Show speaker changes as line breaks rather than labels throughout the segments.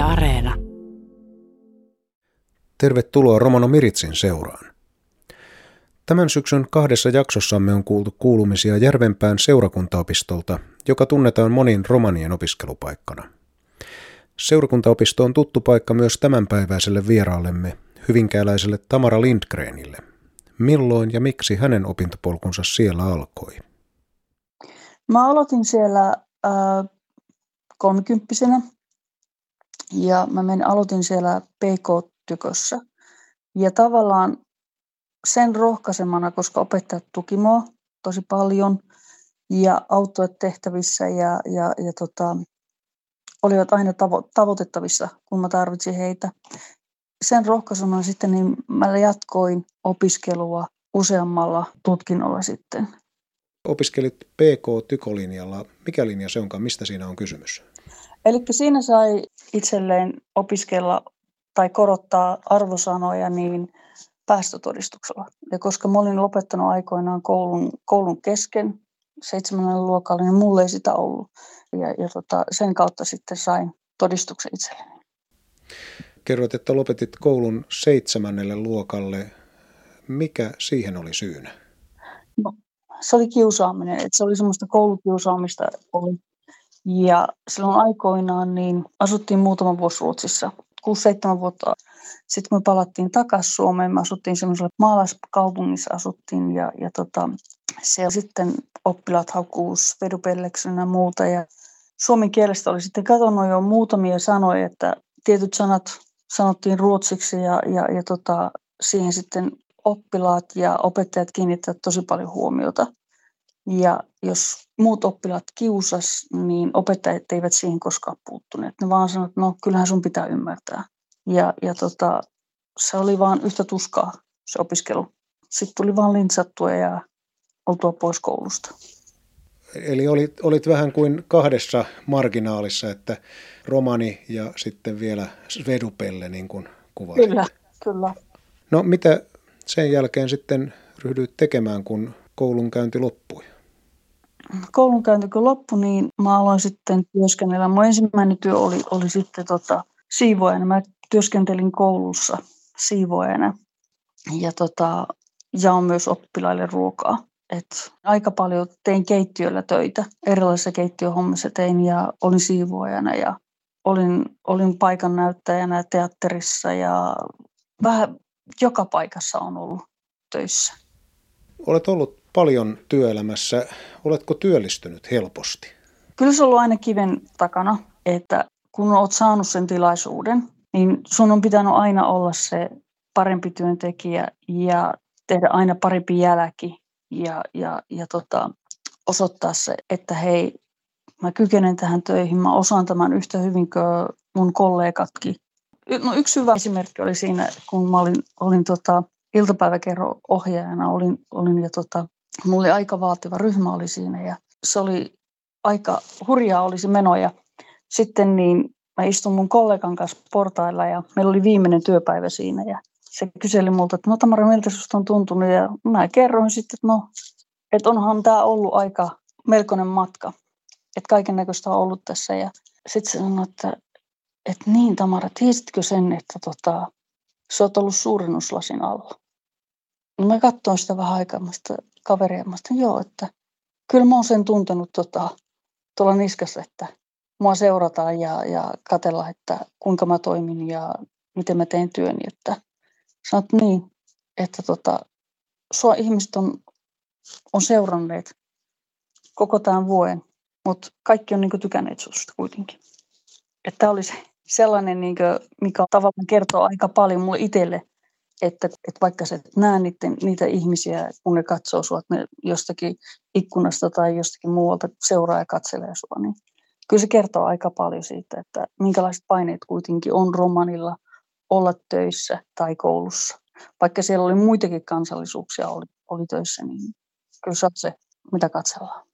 Areena.
Tervetuloa Romano Miritsin seuraan. Tämän syksyn 2 jaksossamme on kuultu kuulumisia Järvenpään seurakuntaopistolta, joka tunnetaan monin romanien opiskelupaikkana. Seurakuntaopisto on tuttu paikka myös tämänpäiväiselle vieraallemme, hyvinkääläiselle Tamara Lindgrenille. Milloin ja miksi hänen opintopolkunsa siellä alkoi?
Mä aloitin siellä 30-vuotiaana ja aloitin siellä PK-tykössä. Ja tavallaan sen rohkaisemana, koska opettajat tuki mua tosi paljon ja auttoivat tehtävissä ja olivat aina tavoitettavissa, kun mä tarvitsin heitä. Sen rohkaisuna sitten niin mä jatkoin opiskelua useammalla tutkinnolla sitten.
Opiskelit PK-tykolinjalla. Mikä linja se onkaan? Mistä siinä on kysymys?
Eli siinä sai itselleen opiskella tai korottaa arvosanoja niin päästötodistuksella. Ja koska mä olin lopettanut aikoinaan koulun kesken 7. luokalla, niin mulla ei sitä ollut. Ja sen kautta sitten sain todistuksen itselleni.
Kerroit, että lopetit koulun 7. luokalle. Mikä siihen oli syynä?
No, se oli kiusaaminen. Että se oli semmoista koulukiusaamista. Ja silloin aikoinaan niin asuttiin muutama vuosi Ruotsissa. 6-7 vuotta sitten me palattiin takaisin Suomeen. Me asuttiin semmoisella maalaiskaupungissa ja siellä sitten oppilaat haukkuus vedupelleksynä ja muuta. Ja suomen kielestä oli sitten katsonut jo muutamia sanoja, että tietyt sanat sanottiin ruotsiksi ja siihen sitten oppilaat ja opettajat kiinnittävät tosi paljon huomiota. Ja jos muut oppilaat kiusas, niin opettajat eivät siihen koskaan puuttuneet. Ne vaan sanoivat, että no kyllähän sun pitää ymmärtää. Ja se oli vaan yhtä tuskaa se opiskelu. Sitten tuli vaan lintsattua ja oltua pois koulusta.
Eli olit vähän kuin 2 marginaalissa, että romani ja sitten vielä vedupelle, niin kuin kuvasit.
Kyllä.
No mitä sen jälkeen sitten ryhdyit tekemään, kun koulunkäynti loppui?
Koulunkäynti kun loppui, niin mä aloin sitten työskennellä. Mun ensimmäinen työ oli sitten siivoajana. Mä työskentelin koulussa siivoajana ja jaon myös oppilaille ruokaa. Et aika paljon tein keittiöllä töitä. Erilaisissa keittiöhommissa tein ja olin siivoajana ja olin paikan näyttäjänä teatterissa ja vähän joka paikassa on ollut töissä.
Olet ollut paljon työelämässä. Oletko työllistynyt helposti?
Kyllä se on ollut aina kiven takana, että kun olet saanut sen tilaisuuden, niin sun on pitänyt aina olla se parempi työntekijä ja tehdä aina parempi jälki ja osoittaa se, että hei, mä kykenen tähän töihin, mä osaan tämän yhtä hyvin kuin mun kollegatkin. No, yksi hyvä esimerkki oli siinä, kun mä olin iltapäiväkerron ohjaajana, olin ja mulla oli aika vaativa ryhmä oli siinä ja se oli aika hurjaa oli se meno ja sitten niin mä istun mun kollegan kanssa portailla ja meillä oli viimeinen työpäivä siinä ja se kyseli multa, että no Tamara, miltä susta on tuntunut ja mä kerroin sitten, että onhan tää ollut aika melkoinen matka, että kaiken näköistä on ollut tässä ja sitten se sanoi, että niin Tamara, tiesitkö sen, että sä oot ollut suurennuslasin alla? No mä katsoin sitä vähän aikaa, kaveria, joo, että kyllä mä oon sen tuntenut tuolla niskassa, että mua seurataan ja katsella, että kuinka mä toimin ja miten mä teen työni. Että sanot niin, että sua ihmiset on seuranneet koko tämän vuoden, mutta kaikki on niinku tykänneet susta kuitenkin. Että tämä oli sellainen, niinku, mikä tavallaan kertoo aika paljon mulle itselle, että vaikka sä et näe niitä ihmisiä, kun ne katsoo sua, että ne jostakin ikkunasta tai jostakin muualta seuraa ja katselee sua, niin kyllä se kertoo aika paljon siitä, että minkälaiset paineet kuitenkin on romanilla olla töissä tai koulussa. Vaikka siellä oli muitakin kansallisuuksia oli töissä, niin kyllä se on se, mitä katsellaan.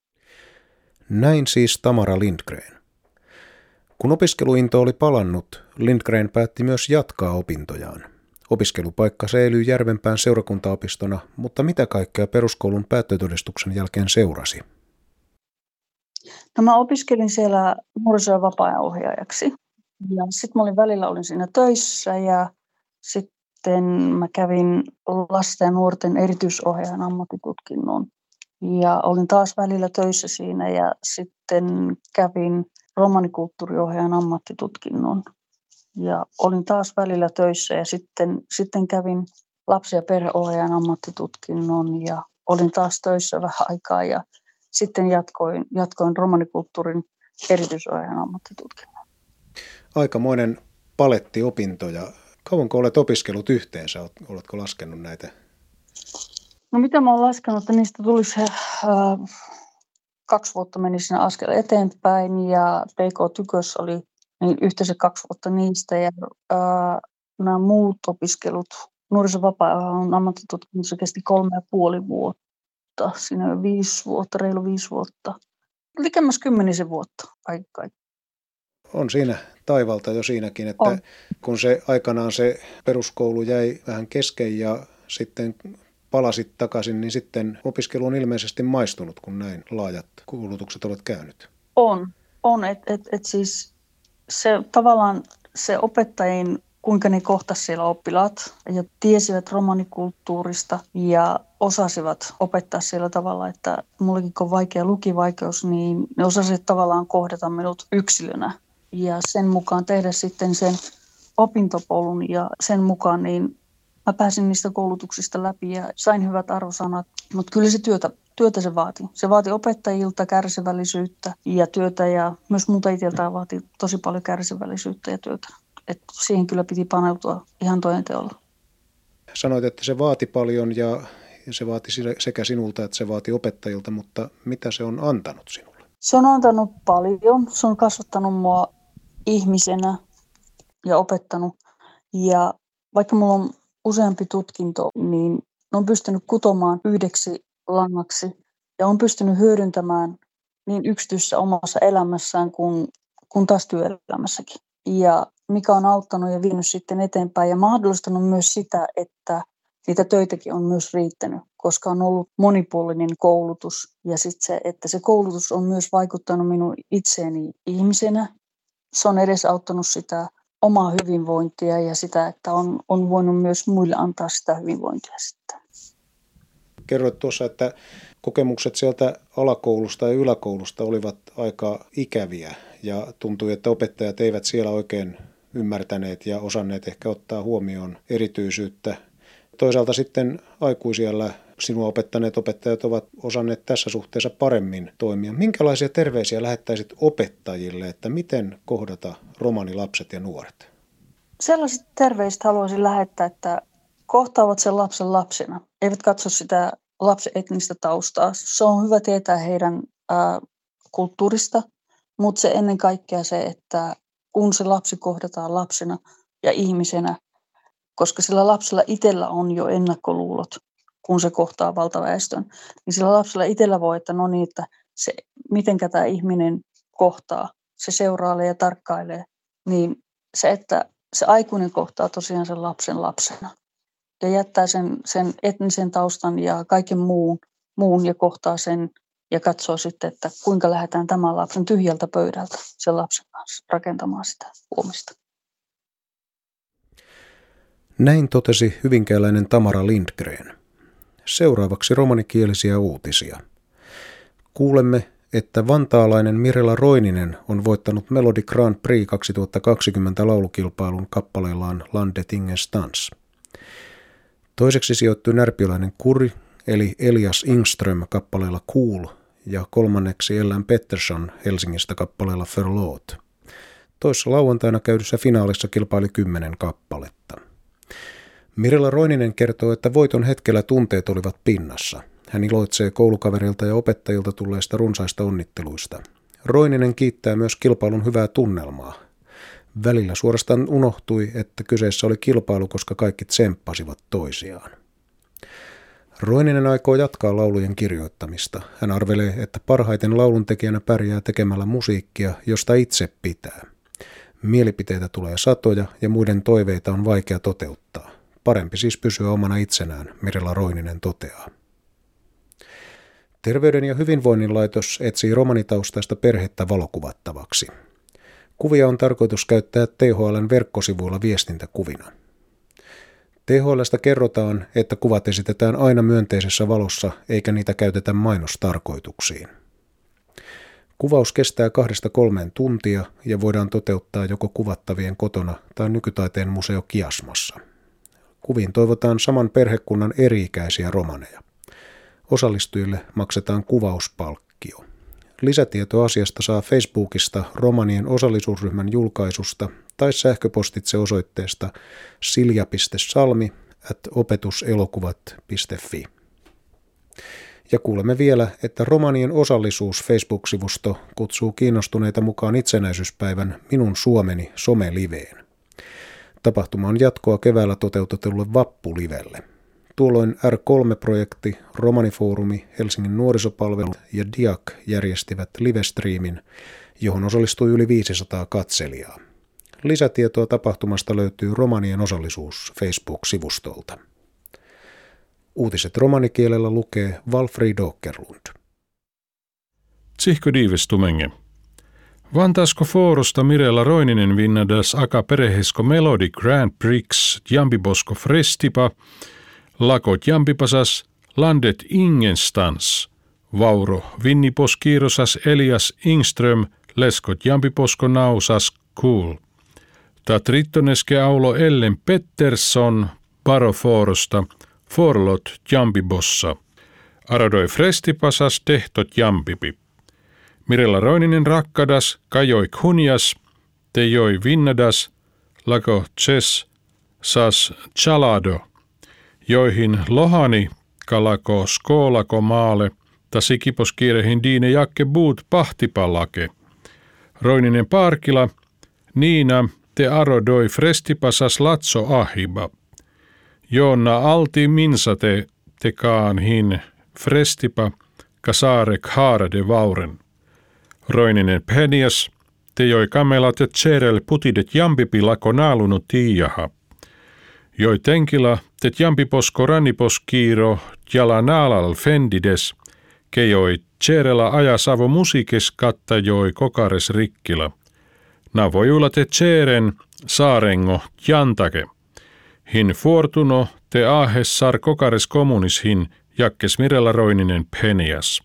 Näin siis Tamara Lindgren. Kun opiskeluinto oli palannut, Lindgren päätti myös jatkaa opintojaan. Opiskelupaikka säilyi Järvenpään seurakuntaopistona, mutta mitä kaikkea peruskoulun päättötodistuksen jälkeen seurasi?
No mä opiskelin siellä nuoriso- ja vapaa-ajan ohjaajaksi. Ja sitten olin siinä töissä ja sitten mä kävin lasten ja nuorten erityisohjaajan ammattitutkinnon. Ja olin taas välillä töissä siinä ja sitten kävin romanikulttuuriohjaajan ammattitutkinnon. Ja olin taas välillä töissä ja sitten kävin lapsi- ja perheohjaajan ammattitutkinnon ja olin taas töissä vähän aikaa ja sitten jatkoin romanikulttuurin erityisohjaajan ammattitutkinnon.
Aikamoinen paletti opintoja. Kauanko olet opiskellut yhteensä? Oletko laskenut näitä?
No mitä mä oon laskenut, että niistä tuli se 2 vuotta meni siinä askel eteenpäin ja PK-tykössä oli niin yhteensä 2 vuotta niistä ja nämä muut opiskelut, nuorisovapaa-ajan ammattitutkinnossa kesti 3,5 vuotta, siinä on 5 vuotta, reilu 5 vuotta, likemmäs 10 vuotta kaikki.
On siinä taivalta jo siinäkin, että kun se aikanaan se peruskoulu jäi vähän kesken ja sitten palasit takaisin, niin sitten opiskelu on ilmeisesti maistunut, kun näin laajat koulutukset olet käynyt.
On, että siis se tavallaan se opettajien, kuinka ne kohtasivat siellä oppilaat ja tiesivät romanikulttuurista ja osasivat opettaa siellä tavalla, että mullekin kun on vaikea lukivaikeus, niin ne osasivat tavallaan kohdata minut yksilönä ja sen mukaan tehdä sitten sen opintopolun ja sen mukaan niin mä pääsin niistä koulutuksista läpi ja sain hyvät arvosanat, mutta kyllä se työtä se vaati. Se vaati opettajilta kärsivällisyyttä ja työtä ja myös multa itseltään vaati tosi paljon kärsivällisyyttä ja työtä. Et siihen kyllä piti paneutua ihan toden teolla.
Sanoit, että se vaati paljon ja se vaati sekä sinulta että se vaati opettajilta, mutta mitä se on antanut sinulle?
Se on antanut paljon. Se on kasvattanut mua ihmisenä ja opettanut. Ja vaikka mulla on useampi tutkinto, niin ne on pystynyt kutomaan yhdeksi langaksi ja on pystynyt hyödyntämään niin yksityisessä omassa elämässään kuin taas työelämässäkin. Ja mikä on auttanut ja vienyt sitten eteenpäin ja mahdollistanut myös sitä, että niitä töitäkin on myös riittänyt, koska on ollut monipuolinen koulutus ja sitten se, että se koulutus on myös vaikuttanut minun itseeni ihmisenä. Se on edesauttanut sitä omaa hyvinvointia ja sitä, että on voinut myös muille antaa sitä hyvinvointia sitten.
Kerroit tuossa, että kokemukset sieltä alakoulusta ja yläkoulusta olivat aika ikäviä ja tuntui, että opettajat eivät siellä oikein ymmärtäneet ja osanneet ehkä ottaa huomioon erityisyyttä. Toisaalta sitten aikuisiällä sinua opettaneet opettajat ovat osanneet tässä suhteessa paremmin toimia. Minkälaisia terveisiä lähettäisit opettajille, että miten kohdata romanilapset ja nuoret?
Sellaiset terveiset haluaisin lähettää, että kohtaavat sen lapsen lapsena. Eivät katso sitä lapsen etnistä taustaa. Se on hyvä tietää heidän kulttuurista, mutta se ennen kaikkea se, että kun se lapsi kohdataan lapsena ja ihmisenä, koska sillä lapsella itsellä on jo ennakkoluulot, kun se kohtaa valtaväestön, niin sillä lapsella itsellä voi, että no niin, että se, mitenkä tämä ihminen kohtaa, se seurailee ja tarkkailee, niin se, että se aikuinen kohtaa tosiaan sen lapsen lapsena ja jättää sen etnisen taustan ja kaiken muun ja kohtaa sen ja katsoo sitten, että kuinka lähdetään tämän lapsen tyhjältä pöydältä sen lapsen kanssa rakentamaan sitä huomista.
Näin totesi hyvinkääläinen Tamara Lindgren. Seuraavaksi romanikielisiä uutisia. Kuulemme, että vantaalainen Mirela Roininen on voittanut Melodi Grand Prix 2020 laulukilpailun kappaleellaan Landet ingenstans. Toiseksi sijoittui närpiöläinen Kuri eli Elias Ingström kappaleella Cool ja kolmanneksi Ellen Pettersson Helsingistä kappaleella Förlåt. Toissa lauantaina käydyssä finaalissa kilpaili 10 kappaletta. Mirela Roininen kertoo, että voiton hetkellä tunteet olivat pinnassa. Hän iloitsee koulukaverilta ja opettajilta tulleista runsaista onnitteluista. Roininen kiittää myös kilpailun hyvää tunnelmaa. Välillä suorastaan unohtui, että kyseessä oli kilpailu, koska kaikki tsemppasivat toisiaan. Roininen aikoo jatkaa laulujen kirjoittamista. Hän arvelee, että parhaiten lauluntekijänä pärjää tekemällä musiikkia, josta itse pitää. Mielipiteitä tulee satoja ja muiden toiveita on vaikea toteuttaa. Parempi siis pysyä omana itsenään, Mirela Roininen toteaa. Terveyden ja hyvinvoinnin laitos etsii romanitaustaista perhettä valokuvattavaksi. Kuvia on tarkoitus käyttää THL:n verkkosivuilla viestintäkuvina. THL:stä kerrotaan, että kuvat esitetään aina myönteisessä valossa eikä niitä käytetä mainostarkoituksiin. Kuvaus kestää 2-3 tuntia ja voidaan toteuttaa joko kuvattavien kotona tai nykytaiteen museo Kiasmassa. Kuviin toivotaan saman perhekunnan eri-ikäisiä romaneja. Osallistujille maksetaan kuvauspalkkio. Lisätietoa asiasta saa Facebookista romanien osallisuusryhmän julkaisusta tai sähköpostitse osoitteesta silja.salmi@opetuselokuvat.fi. Ja kuulemme vielä, että romanien osallisuus Facebook-sivusto kutsuu kiinnostuneita mukaan itsenäisyyspäivän Minun Suomeni some-liveen. Tapahtuma on jatkoa keväällä toteutetulle Vappu-livelle. Tuolloin R3-projekti, Romanifoorumi, Helsingin nuorisopalvelu ja DIAK järjestivät livestriimin, johon osallistui yli 500 katselijaa. Lisätietoa tapahtumasta löytyy Romanien osallisuus Facebook-sivustolta. Uutiset romanikielellä lukee Valfrid Åkerlund.
Tsihko diivestumenge. Vantasko foorosta Mirella Roininen vinnadas aka perehesko Melody Grand Prix Jambibosko Frestipa, lakot Jambipasas, landet ingenstans, Vauro Vinnipos kiirosas Elias Ingström, leskot Jambiposko nausas cool. Tatrittoneske aulo Ellen Pettersson, Baro foorosta, Forlot Jambibossa, aradoi Frestipasas tehtot Jambipi. Mirella Roininen rakkadas, kajoi kunjas, te joi vinnadas, lako tses, sas chalado, joihin lohani kalako skoolako maale, ta sikipos kiirehin diine jakke buut pahtipalake. Roininen parkila, Niina, te arodoi Frestipasas latso ahiba. Joonna alti minsate tekaan hin Frestipa, kasarek haarade vauren. Roininen penias, te joi kamelat et tserel putidet jambipi lako naalunut tiijaha. Joi tenkila, tet jambiposko rannipos kiiro jala naalal fendides, ke joi tserela ajasavo musiikes katta joi kokares rikkila. Navojulla te tseren saarengo jantake. Hin fortuno te ahes sar kokares kommunis hin jakkes Mirella Roininen penias.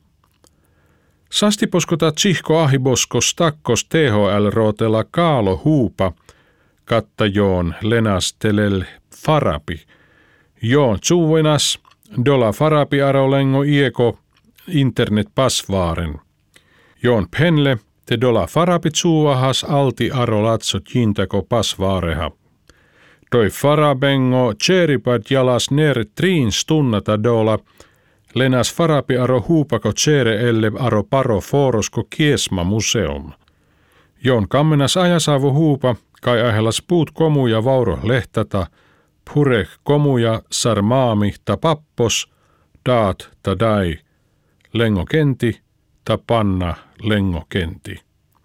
Sastiposkota tsihko ahibosko stakkos THL-rootela kaalo huupa, katta joon lenas telel farapi. Joon tsuvenas dola farapi arolengo ieko internet pasvaaren. Joon penle te dola farapi tsuvahas alti arolatsot jintako pasvaareha. Doi farabengo tseripad jalas ner triin stunnata dola, lenas farapi aro huupako tsere elle aro paro forosko kiesma museum. Joon kammenas ajasaavo huupa, kai ahelas puut komuja vauro lehtata, pureh komuja sarmaami ta pappos, daat ta dai, lengo kenti ta panna lengo kenti.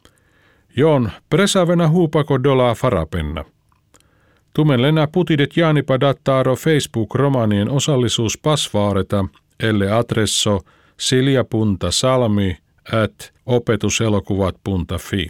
Joon presavena huupako dola farapenna. Tumen lena putidet jaanipa dattaaro Facebook romanien osallisuus pasvaareta, elle adresso silja.salmi@opetuselokuvat.fi.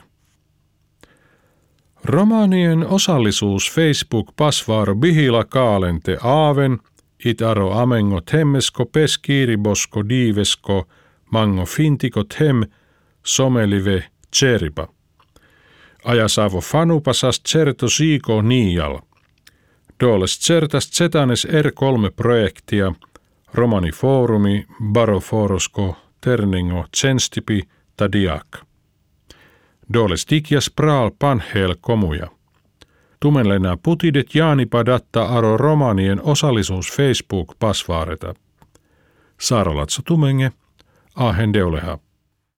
Romanien osallisuus Facebook pasvaaro bihila kaalente aaven, itaro amengo temmesko peskiiribosko diivesko, mango fintiko tem, somelive tseripa. Ajasavo fanupasas tserto siiko niijal. Dooles tsertas tsetanes R3-projektia, Romanifoorumi, Baroforosko, Terningo, Tsenstipi, Tadiak. Dooles tikjas praal panheel komuja. Tumenlenä putidet jaanipa datta aro romanien osallisuus Facebook pasvaareta. Saarolatso tumenge, ahen deuleha.